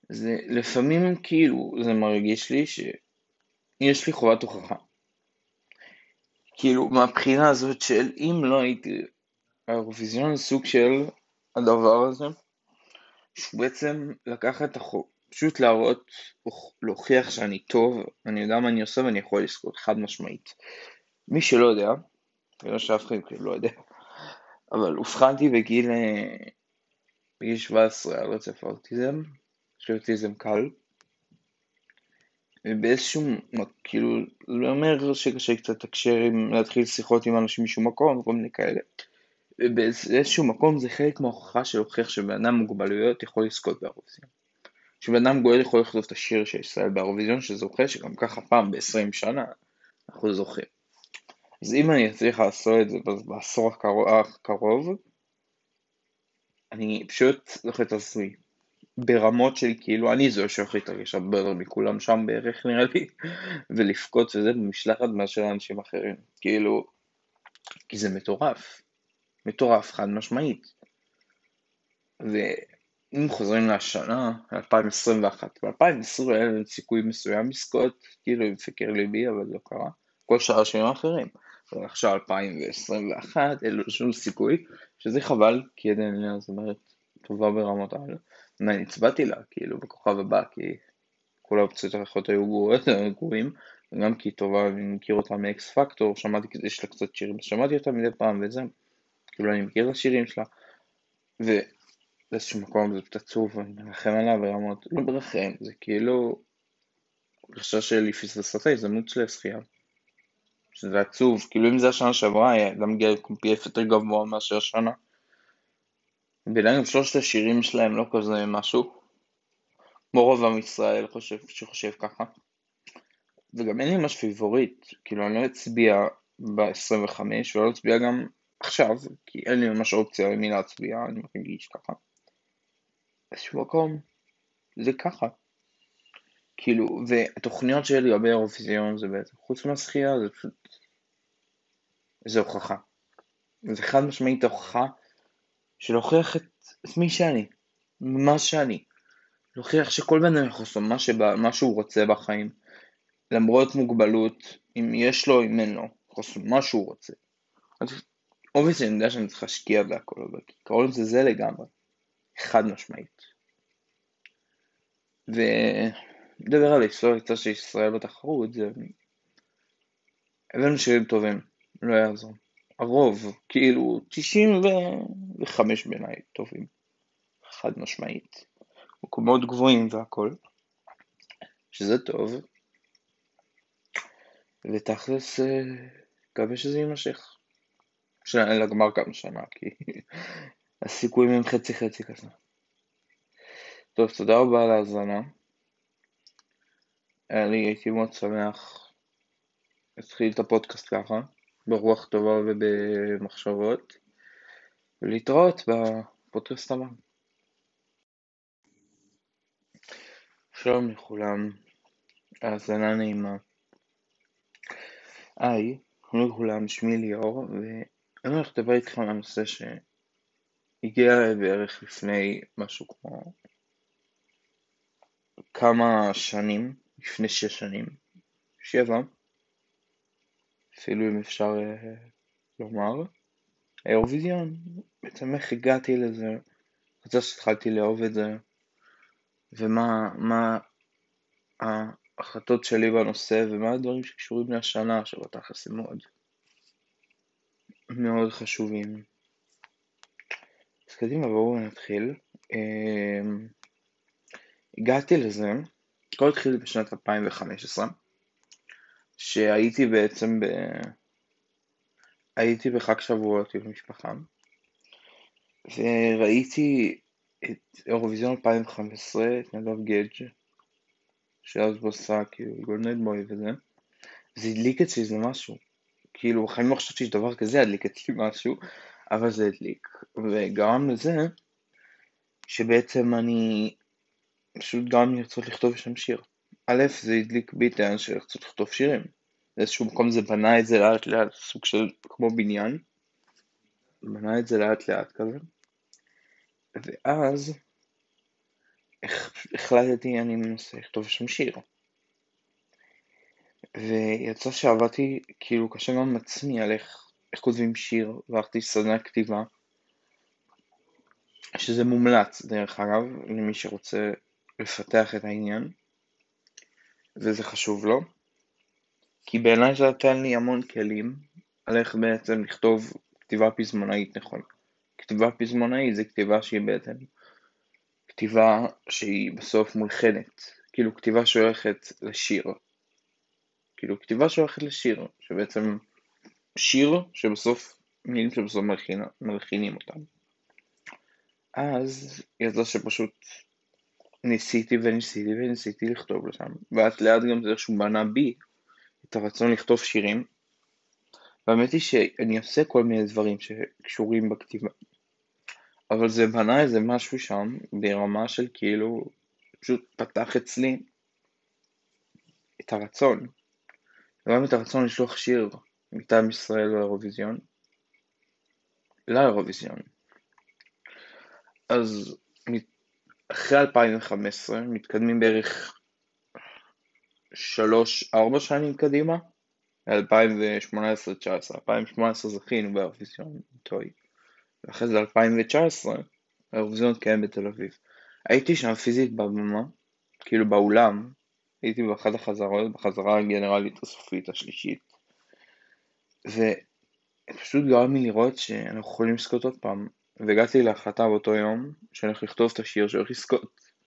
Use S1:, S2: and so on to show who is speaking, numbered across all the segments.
S1: זה לפעמים כאילו זה מרגיש לי שיש לי חובת הוכחה. כאילו מהבחינה הזאת של אם לא הייתי האירוויזיון סוג של הדבר הזה, שהוא בעצם לקח את החוק, פשוט להראות, להוכיח שאני טוב, אני יודע מה אני עושה ואני יכול לזכות, חד משמעית. מי שלא יודע, ולא שאף אחד כאילו לא יודע, אבל אובחנתי בגיל 17 על רצף האוטיזם, יש לי אוטיזם קל, ובאיזשהו, כאילו, לא אומר שקשה קצת לתקשר להתחיל שיחות עם אנשים משום מקום, כל מיני כאלה. ובאיזשהו מקום זה חלק מההוכחה של הוכיח שבן אדם עם מוגבלויות יכול לזכות באירוויזיון. שבן אדם מוגבל יכול לכתוב את השיר של ישראל באירוויזיון שזוכה, שגם ככה פעם ב-20 שנה אנחנו זוכים. אז אם אני אצליח לעשות את זה בעשור הקרוב, אני פשוט זוכה את עצמי. ברמות של כאילו, אני זו שהולך להתרגש הרבה יותר מכולם שם בערך נראה לי, ולבכות וזה במשלחת מאשר אנשים אחרים. כאילו, כי זה מטורף. מטורף חד משמעית. ואם חוזרים לשנה, 2021, ב-2020 היה לנו סיכוי מסוים לזכות, כאילו עם פיקר ליבי, אבל לא קרה. כל שאר השנים האחרים. אבל עכשיו 2021, אין לו שום סיכוי, שזה חבל, כי עדן אליה זמרת טובה ברמות האלה. ואני הצבעתי לה, כאילו, בכוכב הבא, כי כל האופציות האחרות היו גרועים, וגם כי היא טובה, אני מכיר אותה מאקס פקטור, שמעתי, יש לה קצת שירים, שמעתי אותה מדי פעם וזה, כאילו אני מכיר את השירים שלה, ובאיזשהו מקום זה קצת עצוב, ואני מרחם עליה ברמות, לא ברחם, זה כאילו, חשש שלי פספסה את ההזדמנות של הזכייה, שזה עצוב, כאילו אם זה השנה שעברה, היה גם מגיע פי אף יותר גבוה מאשר השנה, ובעיניי גם שלושת השירים שלהם לא כזה משהו, כמו רוב עם ישראל שחושב ככה. וגם אין לי ממש פיבוריט, כאילו אני לא אצביע ב-25 ולא אצביע גם עכשיו, כי אין לי ממש אופציה למי להצביע, אני מרגיש ככה. באיזשהו מקום, זה ככה. כאילו, והתוכניות שלי לגבי האירוויזיון זה בעצם, חוץ מהשחייה, זה פשוט, זה הוכחה. זה חד משמעית הוכחה של להוכיח את מי שאני, מה שאני. להוכיח שכל בן אדם יכול לעשות מה שהוא רוצה בחיים, למרות מוגבלות, אם יש לו, אם אין לו, יכול לעשות מה שהוא רוצה. אובייסלי אני יודע שאני צריך להשקיע בהכל, אבל כעיקרון זה לגמרי, חד משמעית. ודבר על ההיסטוריה קצת של ישראל בתחרות, זה הבאנו שירים טובים, לא יעזור. הרוב, כאילו 95 בעיניי טובים, חד משמעית. מקומות גבוהים והכל, שזה טוב, ותכלס מקווה שזה יימשך. לגמר כמה שנה, כי הסיכויים הם חצי חצי כזה. טוב, תודה רבה על ההאזנה. הייתי מאוד שמח להתחיל את הפודקאסט ככה, ברוח טובה ובמחשבות, ולהתראות בפודקאסט הבא. שלום לכולם, האזנה נעימה. היי, שלום לכולם, שמי ליאור, ואני הולך לדבר איתכם על נושא שהגיע בערך לפני משהו כמו כמה שנים, לפני 6 שנים, 7, אפילו אם אפשר לומר, האירוויזיון. בעצם איך הגעתי לזה, חצה שהתחלתי לאהוב את זה, ומה ההחלטות שלי בנושא, ומה הדברים שקשורים לשנה, שבתכלס הם מאוד מאוד חשובים. אז קדימה, בואו נתחיל. הגעתי לזה, הכל התחיל בשנת 2015, שהייתי בעצם הייתי בחג שבועות עם המשפחה, וראיתי את אירוויזיון 2015, את נדב גדג' שאז הוא עשה כאילו גולדנד בוי וזה, זה הדליק אצלי זה משהו, כאילו בחיים לא חשבתי שדבר כזה הדליק אצלי משהו, אבל זה הדליק, וגרם לזה שבעצם אני פשוט גם לרצות לכתוב שם שיר. א', זה הדליק בי את העניין של לרצות לכתוב שירים, באיזשהו מקום זה בנה את זה לאט לאט, סוג של כמו בניין, בנה את זה לאט לאט כזה, ואז החלטתי אני מנסה לכתוב שם שיר. ויצא שעבדתי כאילו קשה גם עם עצמי על איך כותבים שיר, והלכתי סדנה כתיבה, שזה מומלץ דרך אגב למי שרוצה לפתח את העניין, וזה חשוב לו, כי בעיניי זה נתן לי המון כלים על איך בעצם לכתוב כתיבה פזמונאית נכון. כתיבה פזמונאית זה כתיבה שהיא בעצם כתיבה שהיא בסוף מולחנת, כאילו כתיבה שהולכת לשיר, כאילו כתיבה שהולכת לשיר, שבעצם שיר שבסוף, מילים שבסוף מלחינים אותם. אז יצא שפשוט ניסיתי לכתוב לשם, ואת לאט גם זה שהוא בנה בי את הרצון לכתוב שירים, והאמת היא שאני עושה כל מיני דברים שקשורים בכתיבה, אבל זה בנה איזה משהו שם ברמה של כאילו, פשוט פתח אצלי את הרצון, גם את הרצון לשלוח שיר מטעם ישראל לאירוויזיון. אז אחרי 2015 מתקדמים בערך 3-4 שנים קדימה, 2018-19, 2018 זכינו באירוויזיון טוי, ואחרי זה 2019 האירוויזיון התקיים בתל אביב. הייתי שם פיזית בבמה, כאילו באולם, הייתי באחת החזרות, בחזרה הגנרלית הסופית השלישית, ופשוט גרם לי לראות שאנחנו יכולים לזכות עוד פעם, והגעתי להחלטה באותו יום שאני הולך לכתוב את השיר שהולך לזכות.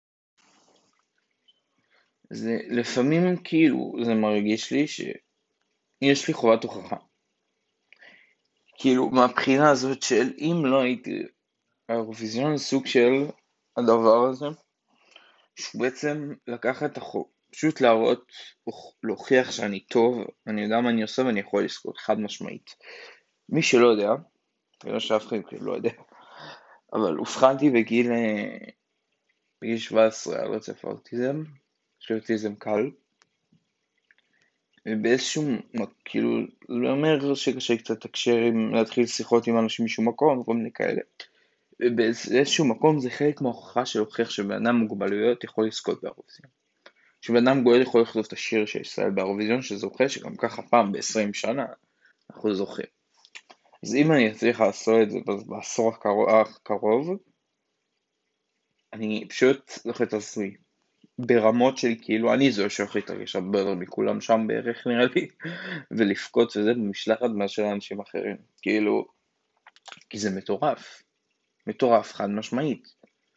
S1: זה לפעמים כאילו זה מרגיש לי שיש לי חובת הוכחה, כאילו מהבחינה הזאת של אם לא הייתי האירוויזיון סוג של הדבר הזה, שהוא בעצם לקחת את החוק, פשוט להראות, להוכיח שאני טוב, אני יודע מה אני עושה ואני יכול לזכות, חד משמעית. מי שלא יודע, ולא שאף אחד לא יודע, אבל אובחנתי בגיל 17 על רצף האוטיזם, יש לי אוטיזם קל, ובאיזשהו, כאילו, לא אומר שקשה קצת לתקשר להתחיל שיחות עם אנשים משום מקום, כל מיני כאלה. ובאיזשהו מקום זה חלק מההוכחה להוכיח שבן אדם מוגבלויות יכול לזכות באירוויזיון. שבן אדם מוגבל יכול לכתוב את השיר של ישראל באירוויזיון שזוכה, שגם ככה פעם ב-20 שנה אנחנו זוכים. אז אם אני אצליח לעשות את זה בעשור הקרוב, אני פשוט זוכה את עצמי. ברמות של כאילו, אני זו שהולך להתרגש הרבה יותר מכולם שם בערך נראה לי, ולפקוד וזה במשלחת מאשר אנשים אחרים. כאילו, כי זה מטורף. מטורף חד משמעית.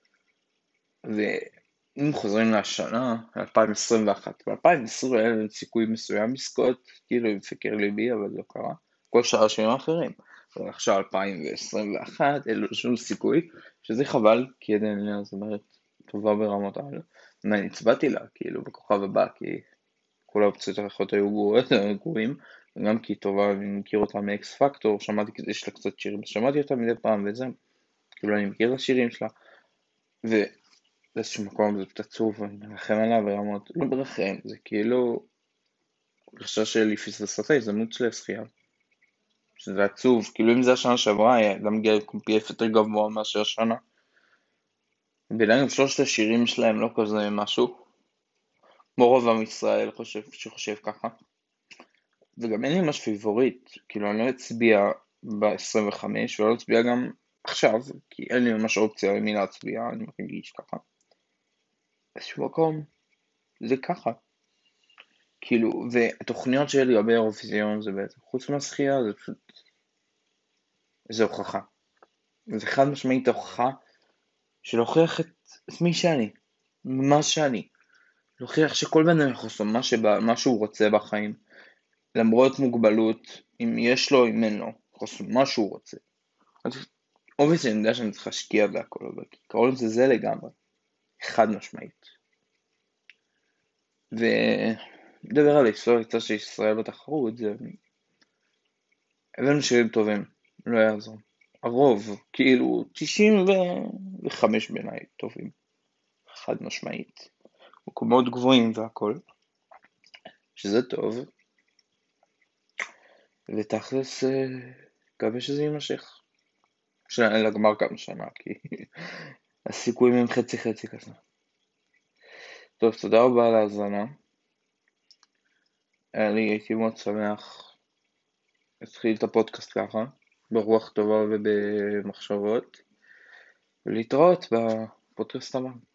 S1: ואם חוזרים לשנה, 2021, ב-2020 היה לנו סיכוי מסוים לזכות, כאילו עם פקר ליבי, אבל לא קרה. כל שאר השנים האחרים. ועכשיו 2021, אין לו שום סיכוי, שזה חבל, כי עדן זאת אומרת, טובה ברמות האלה. ואני הצבעתי לה, כאילו, בכוכב הבא, כי כל האופציות האחרות היו גרועים, וגם כי היא טובה, אני מכיר אותה מאקס פקטור, שמעתי כזה, יש לה קצת שירים, שמעתי אותה מדי פעם וזה, כאילו אני מכיר את השירים שלה, ובאיזשהו מקום זה פשוט עצוב, ואני מרחם עליה ברמות, לא ברחם, זה כאילו, חשש שלי פספסת ההזדמנות של הזכייה, שזה עצוב, כאילו אם זה השנה שעברה, היה גם מגיע קומפייף יותר גבוה מאשר השנה, בעיניי גם שלושת השירים שלהם לא כזה משהו, כמו רוב עם ישראל שחושב ככה, וגם אין לי ממש פיבוריט, כאילו אני לא אצביע ב-25 ולא אצביע גם עכשיו, כי אין לי ממש אופציה למי להצביע, אני מרגיש ככה. באיזשהו מקום, זה ככה. כאילו, והתוכניות שלי לגבי האירוויזיון זה בעצם, חוץ מהזכייה, זה פשוט, זה הוכחה. זה חד משמעית הוכחה של להוכיח את מי שאני, מה שאני. להוכיח שכל בן אדם יכול לעשות מה שהוא רוצה בחיים, למרות מוגבלות, אם יש לו, אם אין לו, יכול לעשות מה שהוא רוצה. אובייסלי אני יודע שאני צריך להשקיע בהכל, אבל כעיקרון זה לגמרי, חד משמעית. ודבר על ההיסטוריה של ישראל בתחרות, זה הבאנו שירים טובים, לא יעזור. הרוב, כאילו 95 בעיניי טובים, חד משמעית. מקומות גבוהים והכל, שזה טוב. ותכלס, מקווה שזה יימשך. לגמר כמה שנה, כי הסיכויים הם חצי כזה. טוב, תודה רבה על ההאזנה. הייתי מאוד שמח להתחיל את הפודקאסט ככה, ברוח טובה ובמחשבות, ולהתראות בפודקאסט הבא.